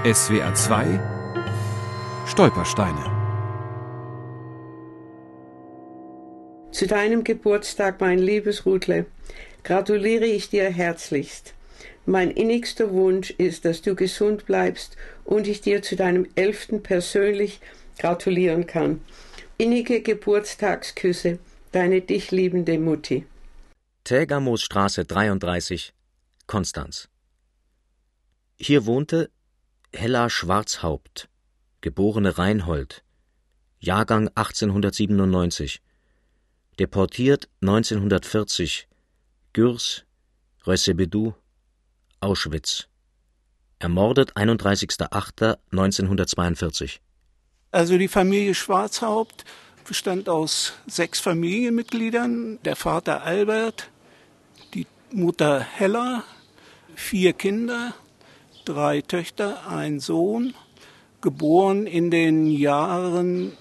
SWR 2 Stolpersteine. Zu deinem Geburtstag, mein liebes Rutle, gratuliere ich dir herzlichst. Mein innigster Wunsch ist, dass du gesund bleibst und ich dir zu deinem 11. persönlich gratulieren kann. Innige Geburtstagsküsse, deine dich liebende Mutti. Tägermoosstraße 33, Konstanz. Hier wohnte Hella Schwarzhaupt, geborene Reinhold, Jahrgang 1897, deportiert 1940, Gürs, Rössebedou, Auschwitz, ermordet 31.08.1942. Also die Familie Schwarzhaupt bestand aus 6 Familienmitgliedern, der Vater Albert, die Mutter Hella, 4 Kinder, 3 Töchter, ein Sohn, geboren in den Jahren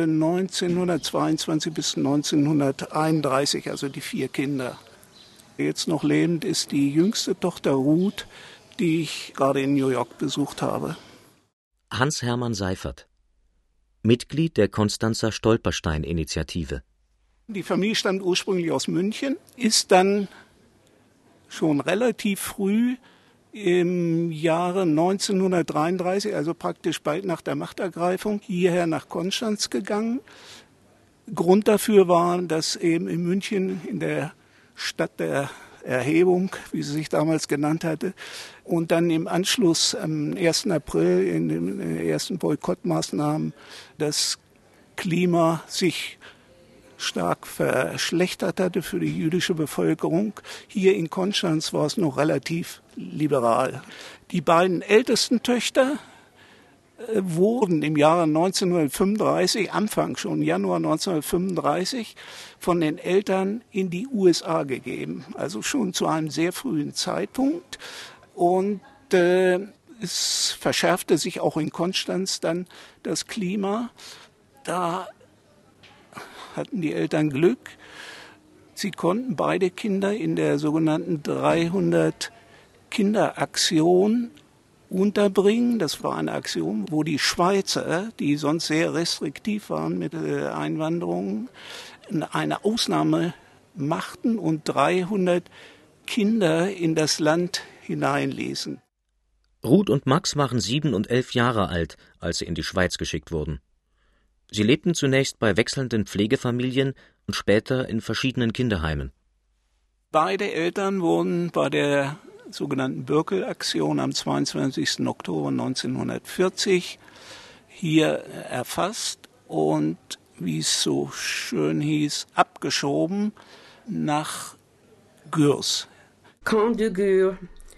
1922 bis 1931, also die 4 Kinder. Jetzt noch lebend ist die jüngste Tochter Ruth, die ich gerade in New York besucht habe. Hans-Hermann Seifert, Mitglied der Konstanzer Stolperstein-Initiative. Die Familie stammt ursprünglich aus München, ist dann schon relativ früh im Jahre 1933, also praktisch bald nach der Machtergreifung, hierher nach Konstanz gegangen. Grund dafür war, dass eben in München, in der Stadt der Erhebung, wie sie sich damals genannt hatte, und dann im Anschluss am 1. April in den ersten Boykottmaßnahmen das Klima sich stark verschlechtert hatte für die jüdische Bevölkerung. Hier in Konstanz war es noch relativ liberal. Die beiden ältesten Töchter wurden im Jahre 1935, Anfang schon Januar 1935, von den Eltern in die USA gegeben. Also schon zu einem sehr frühen Zeitpunkt. Und es verschärfte sich auch in Konstanz dann das Klima. Da hatten die Eltern Glück. Sie konnten beide Kinder in der sogenannten 300-Kinder-Aktion unterbringen. Das war eine Aktion, wo die Schweizer, die sonst sehr restriktiv waren mit Einwanderung, eine Ausnahme machten und 300 Kinder in das Land hineinließen. Ruth und Max waren 7 und 11 Jahre alt, als sie in die Schweiz geschickt wurden. Sie lebten zunächst bei wechselnden Pflegefamilien und später in verschiedenen Kinderheimen. Beide Eltern wurden bei der sogenannten Bürkel-Aktion am 22. Oktober 1940 hier erfasst und, wie es so schön hieß, abgeschoben nach Gürs. Camp de Gurs,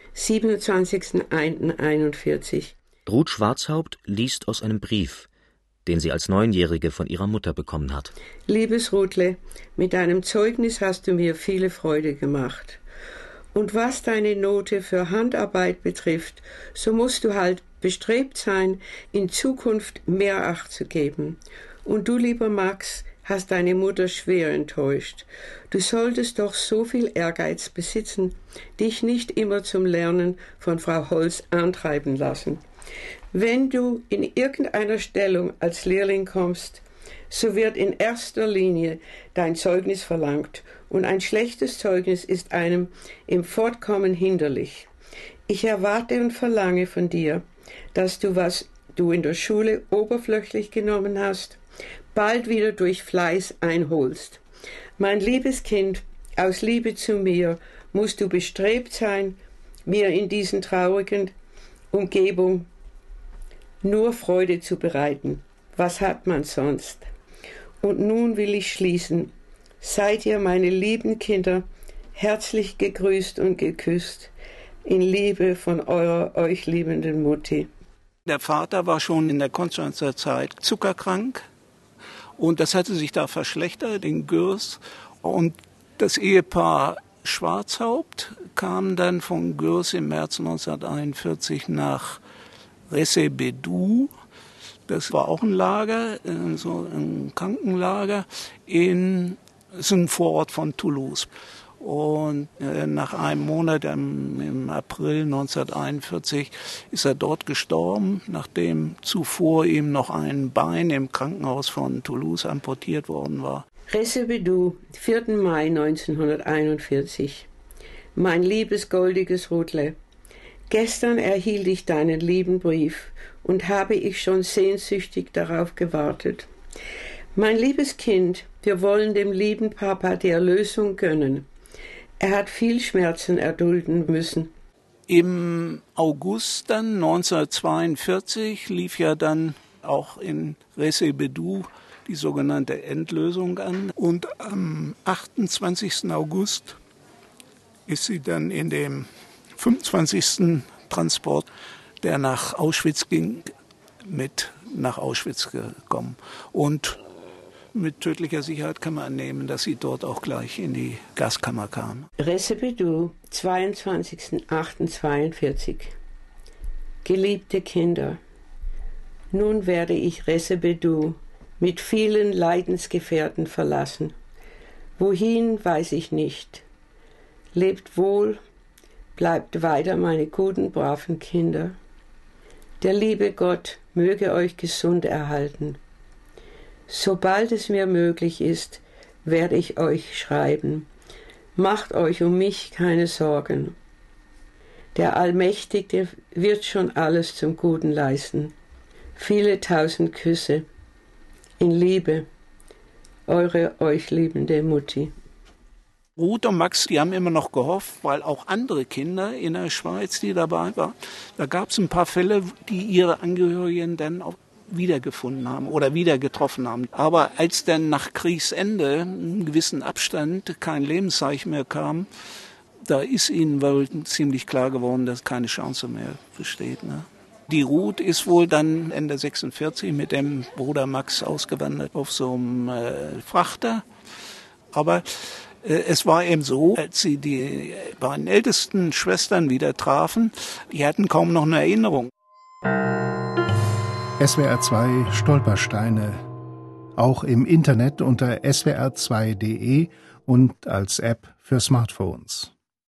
27.01.41. Ruth Schwarzhaupt liest aus einem Brief, den sie als 9-Jährige von ihrer Mutter bekommen hat. Liebes Rutle, mit deinem Zeugnis hast du mir viele Freude gemacht. Und was deine Note für Handarbeit betrifft, so musst du halt bestrebt sein, in Zukunft mehr Acht zu geben. Und du, lieber Max, hast deine Mutter schwer enttäuscht. Du solltest doch so viel Ehrgeiz besitzen, dich nicht immer zum Lernen von Frau Holz antreiben lassen. Wenn du in irgendeiner Stellung als Lehrling kommst, so wird in erster Linie dein Zeugnis verlangt, und ein schlechtes Zeugnis ist einem im Fortkommen hinderlich. Ich erwarte und verlange von dir, dass du, was du in der Schule oberflächlich genommen hast, bald wieder durch Fleiß einholst. Mein liebes Kind, aus Liebe zu mir musst du bestrebt sein, mir in diesen traurigen Umgebung nur Freude zu bereiten. Was hat man sonst? Und nun will ich schließen. Seid ihr, meine lieben Kinder, herzlich gegrüßt und geküsst, in Liebe von eurer euch liebenden Mutti. Der Vater war schon in der Konstanzer Zeit zuckerkrank und das hatte sich da verschlechtert in Gürs. Und das Ehepaar Schwarzhaupt kam dann von Gürs im März 1941 nach Rössebedou. Das war auch ein Lager, so ein Krankenlager, so ein Vorort von Toulouse. Und nach einem Monat, im April 1941, ist er dort gestorben, nachdem zuvor ihm noch ein Bein im Krankenhaus von Toulouse amputiert worden war. Recevez-vous, 4. Mai 1941. Mein liebes goldiges Rudle, gestern erhielt ich deinen lieben Brief und habe ich schon sehnsüchtig darauf gewartet. Mein liebes Kind, wir wollen dem lieben Papa die Erlösung gönnen. Er hat viel Schmerzen erdulden müssen. Im August dann 1942 lief ja dann auch in Recevez-vous die sogenannte Endlösung an. Und am 28. August ist sie dann in dem 25. Transport, der nach Auschwitz ging, mit nach Auschwitz gekommen. Und mit tödlicher Sicherheit kann man annehmen, dass sie dort auch gleich in die Gaskammer kam. Recevez-vous, 22.08.42. Geliebte Kinder, nun werde ich Recevez-vous mit vielen Leidensgefährten verlassen. Wohin, weiß ich nicht. Lebt wohl, bleibt weiter meine guten, braven Kinder. Der liebe Gott möge euch gesund erhalten. Sobald es mir möglich ist, werde ich euch schreiben. Macht euch um mich keine Sorgen. Der Allmächtige wird schon alles zum Guten leisten. Viele tausend Küsse. In Liebe, eure euch liebende Mutti. Ruth und Max, die haben immer noch gehofft, weil auch andere Kinder in der Schweiz, die dabei waren, da gab es ein paar Fälle, die ihre Angehörigen dann auch wiedergefunden haben oder wieder getroffen haben. Aber als dann nach Kriegsende einen gewissen Abstand kein Lebenszeichen mehr kam, da ist ihnen wohl ziemlich klar geworden, dass keine Chance mehr besteht. Ne? Die Ruth ist wohl dann Ende 46 mit dem Bruder Max ausgewandert auf so einem Frachter. Aber es war eben so, als sie die beiden ältesten Schwestern wieder trafen, die hatten kaum noch eine Erinnerung. SWR 2 Stolpersteine. Auch im Internet unter swr2.de und als App für Smartphones.